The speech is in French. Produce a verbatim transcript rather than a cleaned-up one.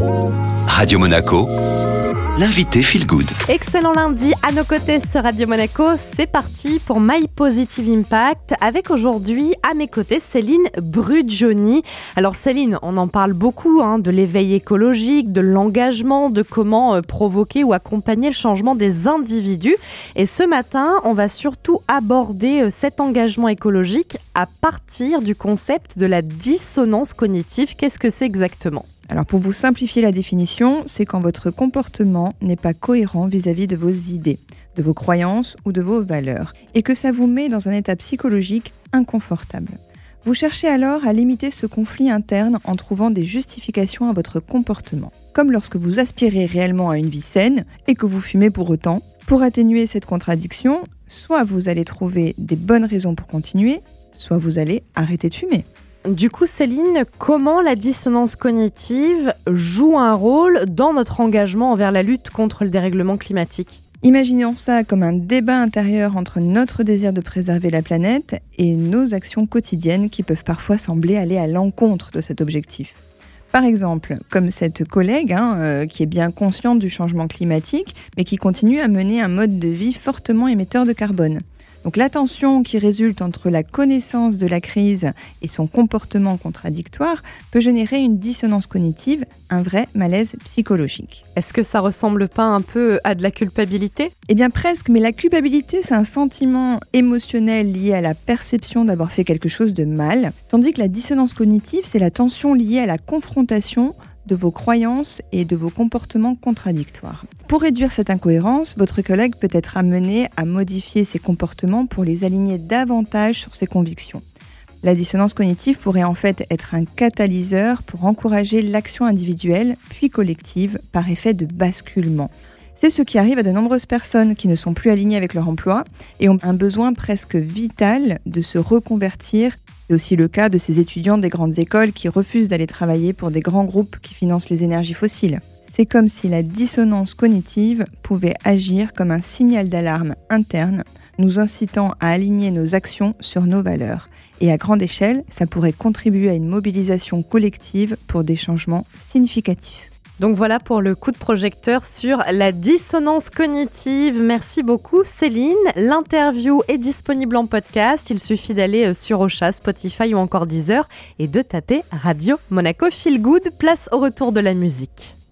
Radio Monaco, l'invité Feel Good. Excellent lundi à nos côtés sur Radio Monaco. C'est parti pour My Positive Impact avec aujourd'hui à mes côtés Céline Bruggioni. Alors Céline, on en parle beaucoup hein, de l'éveil écologique, de l'engagement, de comment euh, provoquer ou accompagner le changement des individus. Et ce matin, on va surtout aborder euh, cet engagement écologique à partir du concept de la dissonance cognitive. Qu'est-ce que c'est exactement ? Alors pour vous simplifier la définition, c'est quand votre comportement n'est pas cohérent vis-à-vis de vos idées, de vos croyances ou de vos valeurs, et que ça vous met dans un état psychologique inconfortable. Vous cherchez alors à limiter ce conflit interne en trouvant des justifications à votre comportement, comme lorsque vous aspirez réellement à une vie saine et que vous fumez pour autant. Pour atténuer cette contradiction, soit vous allez trouver des bonnes raisons pour continuer, soit vous allez arrêter de fumer. Du coup, Céline, comment la dissonance cognitive joue un rôle dans notre engagement envers la lutte contre le dérèglement climatique ? Imaginons ça comme un débat intérieur entre notre désir de préserver la planète et nos actions quotidiennes qui peuvent parfois sembler aller à l'encontre de cet objectif. Par exemple, comme cette collègue hein, euh, qui est bien consciente du changement climatique, mais qui continue à mener un mode de vie fortement émetteur de carbone. Donc la tension qui résulte entre la connaissance de la crise et son comportement contradictoire peut générer une dissonance cognitive, un vrai malaise psychologique. Est-ce que ça ressemble pas un peu à de la culpabilité ? Eh bien presque, mais la culpabilité c'est un sentiment émotionnel lié à la perception d'avoir fait quelque chose de mal, tandis que la dissonance cognitive c'est la tension liée à la confrontation de vos croyances et de vos comportements contradictoires. Pour réduire cette incohérence, votre collègue peut être amené à modifier ses comportements pour les aligner davantage sur ses convictions. La dissonance cognitive pourrait en fait être un catalyseur pour encourager l'action individuelle puis collective par effet de basculement. C'est ce qui arrive à de nombreuses personnes qui ne sont plus alignées avec leur emploi et ont un besoin presque vital de se reconvertir. C'est aussi le cas de ces étudiants des grandes écoles qui refusent d'aller travailler pour des grands groupes qui financent les énergies fossiles. C'est comme si la dissonance cognitive pouvait agir comme un signal d'alarme interne, nous incitant à aligner nos actions sur nos valeurs. Et à grande échelle, ça pourrait contribuer à une mobilisation collective pour des changements significatifs. Donc voilà pour le coup de projecteur sur la dissonance cognitive. Merci beaucoup Céline. L'interview est disponible en podcast. Il suffit d'aller sur Ocha, Spotify ou encore Deezer et de taper Radio Monaco Feel Good. Place au retour de la musique.